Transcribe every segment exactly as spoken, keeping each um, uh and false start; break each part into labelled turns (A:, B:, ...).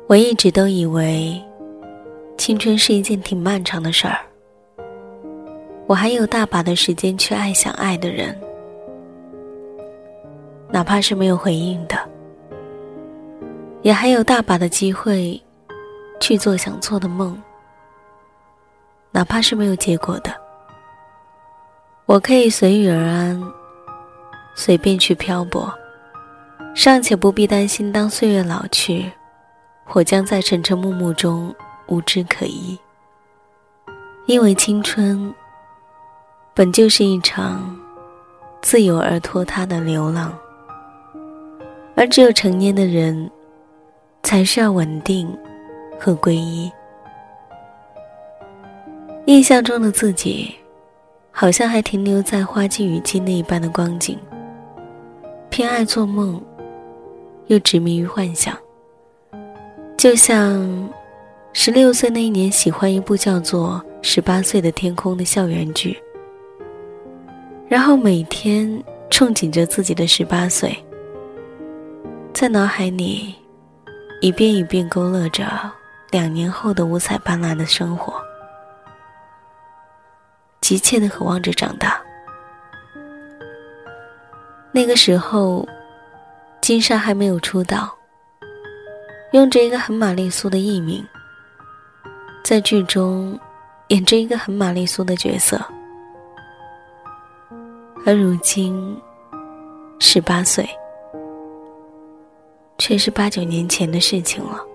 A: 我一直都以为青春是一件挺漫长的事儿，我还有大把的时间去爱想爱的人，哪怕是没有回应的，也还有大把的机会去做想做的梦，哪怕是没有结果的。我可以随遇而安，随便去漂泊，尚且不必担心当岁月老去，我将在沉沉暮暮中无枝可依。因为青春本就是一场自由而拖沓的流浪，而只有成年的人才需要稳定和皈依。印象中的自己好像还停留在花季雨季那一般的光景，偏爱做梦，又执迷于幻想。就像十六岁那一年喜欢一部叫做《十八岁的天空》的校园剧，然后每天憧憬着自己的十八岁，在脑海里一遍一遍勾勒着两年后的五彩斑斓的生活，急切地渴望着长大。那个时候金莎还没有出道，用着一个很玛丽苏的艺名，在剧中演着一个很玛丽苏的角色。而如今十八岁却是八九年前的事情了。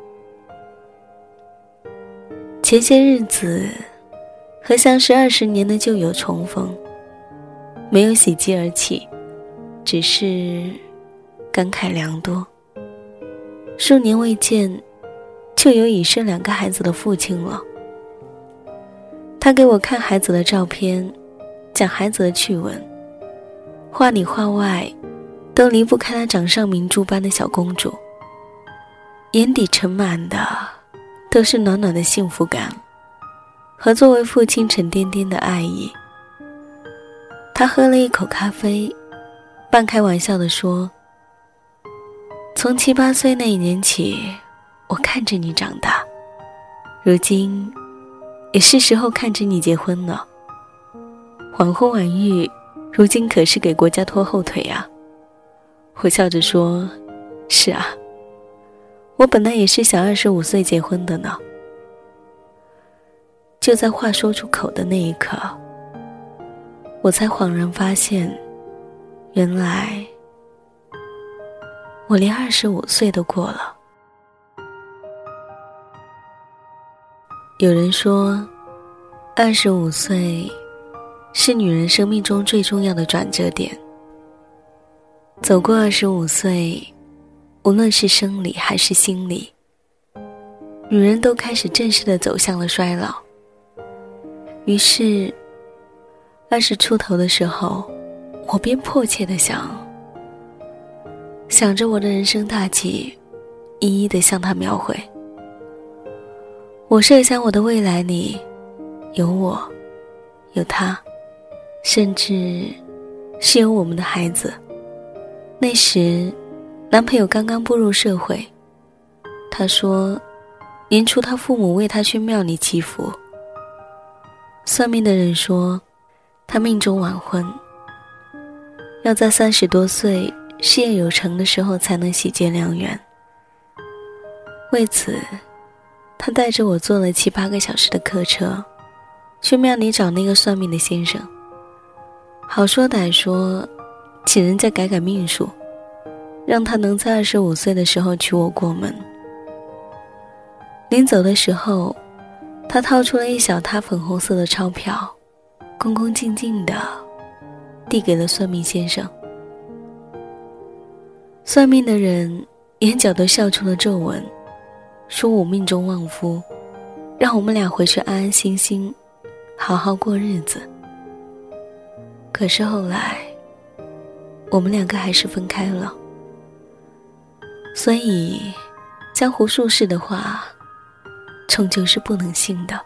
A: 前些日子和像是二十年的旧友重逢，没有喜极而泣，只是感慨良多。数年未见，就有已生两个孩子的父亲了。他给我看孩子的照片，讲孩子的趣闻，话里话外都离不开他掌上明珠般的小公主，眼底盛满的都是暖暖的幸福感和作为父亲沉甸甸的爱意。他喝了一口咖啡，半开玩笑地说，从七八岁那一年起，我看着你长大，如今也是时候看着你结婚了。晚婚晚育，如今可是给国家拖后腿啊。我笑着说，是啊，我本来也是想二十五岁结婚的呢。就在话说出口的那一刻，我才恍然发现，原来我连二十五岁都过了。有人说，二十五岁是女人生命中最重要的转折点。走过二十五岁，无论是生理还是心理，女人都开始正式地走向了衰老。于是二十出头的时候，我便迫切地想想着我的人生大计，一一地向她描绘。我设想我的未来里有我，有他，甚至是有我们的孩子。那时男朋友刚刚步入社会，他说年初他父母为他去庙里祈福，算命的人说他命中晚婚，要在三十多岁事业有成的时候才能喜结良缘。为此他带着我坐了七八个小时的客车，去庙里找那个算命的先生，好说歹说请人家改改命数，让他能在二十五岁的时候娶我过门。临走的时候，他掏出了一小沓粉红色的钞票，恭恭敬敬地递给了算命先生。算命的人眼角都笑出了皱纹，说我命中旺夫，让我们俩回去安安心心好好过日子。可是后来我们两个还是分开了。所以江湖术士的话终究是不能信的。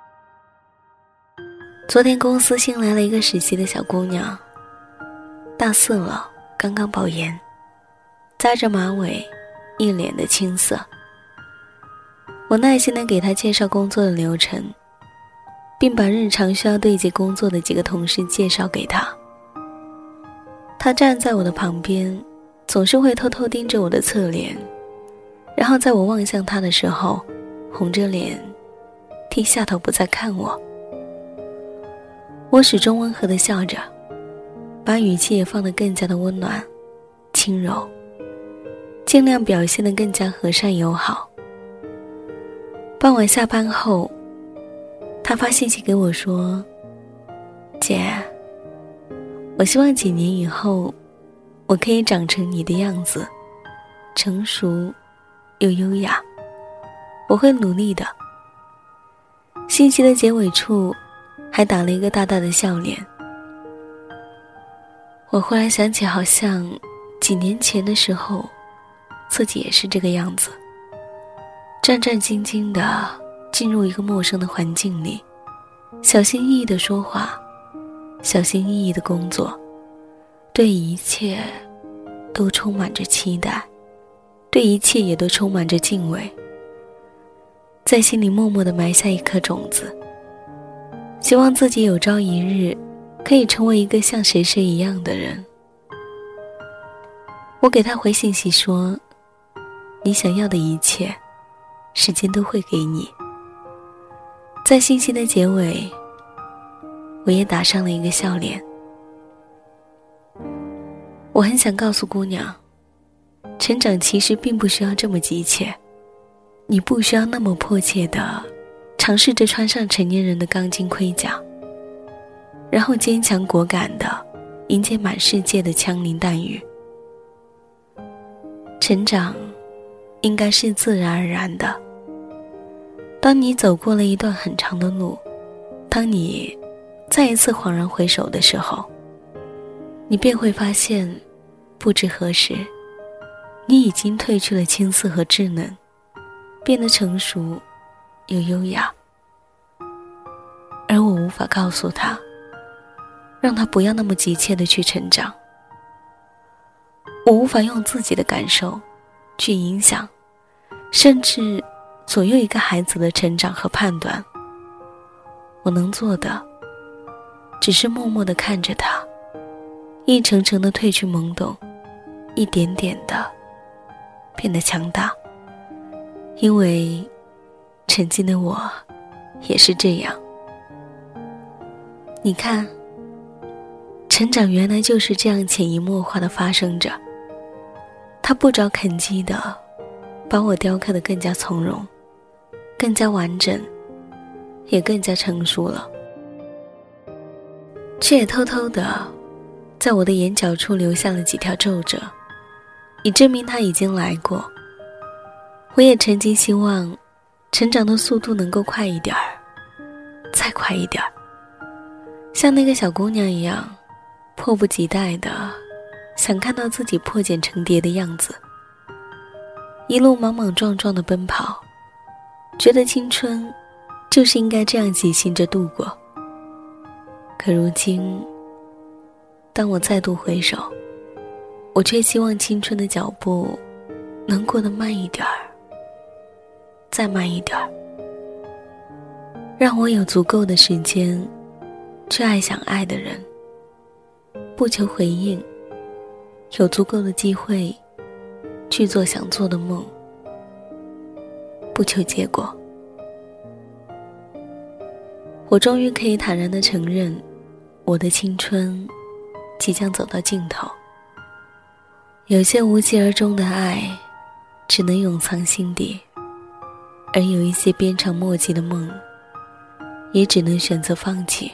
A: 昨天公司新来了一个实习的小姑娘，大四了，刚刚保研，扎着马尾，一脸的青涩。 我耐心地给他介绍工作的流程，并把日常需要对接工作的几个同事介绍给他。他站在我的旁边，总是会偷偷盯着我的侧脸，然后在我望向他的时候，红着脸低下头不再看我。我始终温和地笑着，把语气也放得更加的温暖轻柔，尽量表现得更加和善友好。傍晚下班后，他发信息给我说，姐，我希望几年以后我可以长成你的样子，成熟又优雅，我会努力的。信息的结尾处还打了一个大大的笑脸。我忽然想起，好像几年前的时候自己也是这个样子，战战兢兢地进入一个陌生的环境里，小心翼翼地说话，小心翼翼地工作，对一切都充满着期待，对一切也都充满着敬畏，在心里默默地埋下一颗种子，希望自己有朝一日可以成为一个像谁谁一样的人。我给他回信息说，你想要的一切时间都会给你。在信息的结尾，我也打上了一个笑脸。我很想告诉姑娘，成长其实并不需要这么急切，你不需要那么迫切地尝试着穿上成年人的钢筋盔甲，然后坚强果敢地迎接满世界的枪林弹雨。成长应该是自然而然的。当你走过了一段很长的路，当你再一次恍然回首的时候，你便会发现，不知何时，你已经褪去了青涩和稚嫩，变得成熟又优雅。而我无法告诉他，让他不要那么急切地去成长。我无法用自己的感受去影响，甚至左右一个孩子的成长和判断。我能做的，只是默默地看着他，一层层地褪去懵懂，一点点地变得强大。因为曾经的我也是这样。你看，成长原来就是这样潜移默化地发生着。他不着痕迹地把我雕刻得更加从容，更加完整，也更加成熟了，却也偷偷地在我的眼角处留下了几条皱褶，以证明他已经来过。我也曾经希望成长的速度能够快一点儿，再快一点儿，像那个小姑娘一样，迫不及待地想看到自己破茧成蝶的样子，一路莽莽撞撞地奔跑，觉得青春就是应该这样疾行着度过。可如今，当我再度回首，我却希望青春的脚步能过得慢一点儿，再慢一点儿，让我有足够的时间去爱想爱的人，不求回应，有足够的机会去做想做的梦，不求结果。我终于可以坦然地承认，我的青春即将走到尽头。有些无疾而终的爱只能永藏心底，而有一些鞭长莫及的梦也只能选择放弃。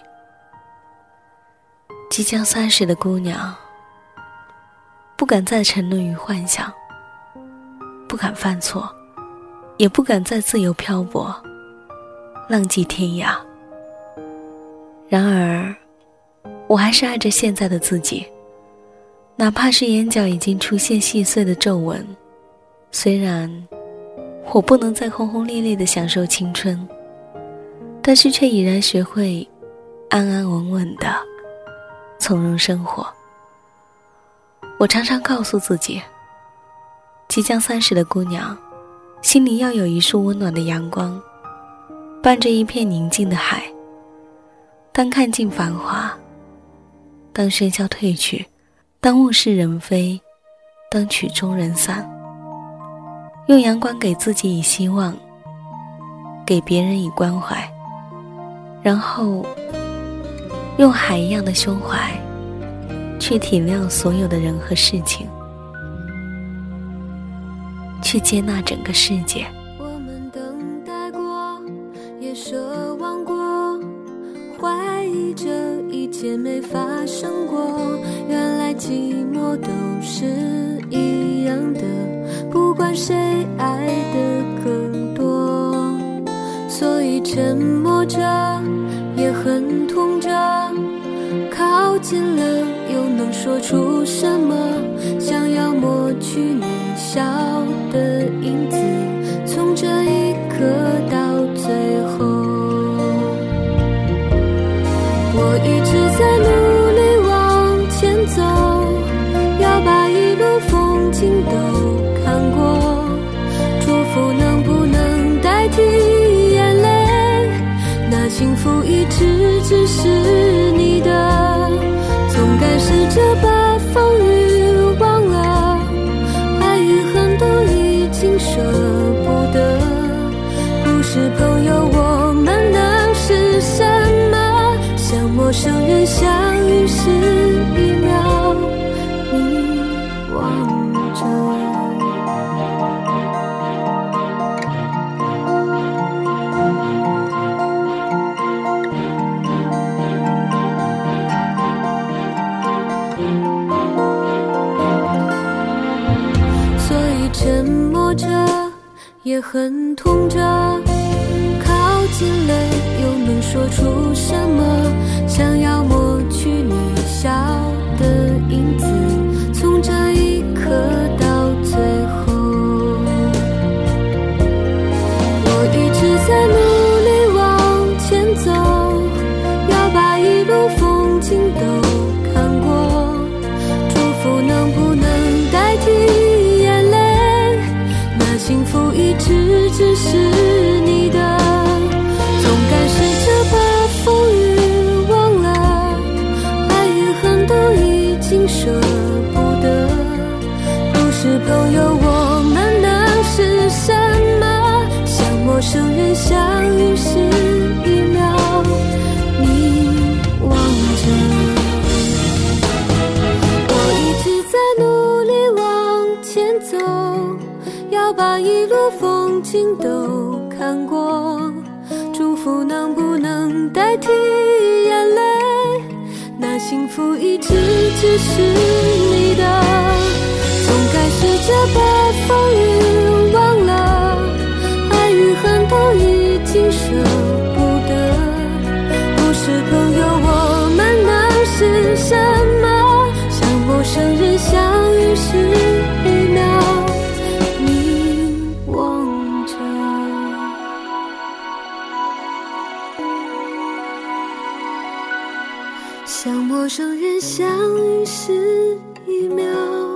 A: 即将三十的姑娘不敢再沉沦于幻想，不敢犯错，也不敢再自由漂泊，浪迹天涯。然而我还是爱着现在的自己，哪怕是眼角已经出现细碎的皱纹，虽然我不能再轰轰烈烈地享受青春，但是却已然学会安安稳稳地从容生活。我常常告诉自己，即将三十的姑娘心里要有一束温暖的阳光，伴着一片宁静的海。当看尽繁华，当喧嚣褪去，当物是人非，当曲终人散，用阳光给自己以希望，给别人以关怀，然后用海一样的胸怀去体谅所有的人和事情，去接纳整个世界。
B: 我们等待过，也奢望过，怀疑这一切没发生过，原来寂寞都是一样的，不管谁爱的更多，所以沉默着也很痛着，靠近了又能说出什么，想要抹去你笑的影子，从这一刻到最后，我一直在努力往前走，要把一路风景都看过，祝福能不能代替眼泪，那幸福一直只是你的，总该试着把风雨忘了，爱与恨都已经舍不得，不是朋友我们能是什么，像陌生人相遇是一秒，你望着。沉默着也很痛着，靠近了又能说出什么，想要抹去你笑的影子，从这一刻到最后，我一直在努力往前走，要把一路风景都看过，祝福能不能代替幸福一直只是你的，总该试着把风雨忘了，爱与恨都已经舍不得，不是朋友我们能是什么，像陌生人相遇是一秒，你望着，我一直在努力往前走，要把一路风景都看过，祝福能不能代替眼泪，那幸福一直只是你的，总该试着把风雨忘了，爱与恨都已经舍不得，不是朋友我们能是什么，像陌生人相遇是一秒，像陌生人相遇是一秒。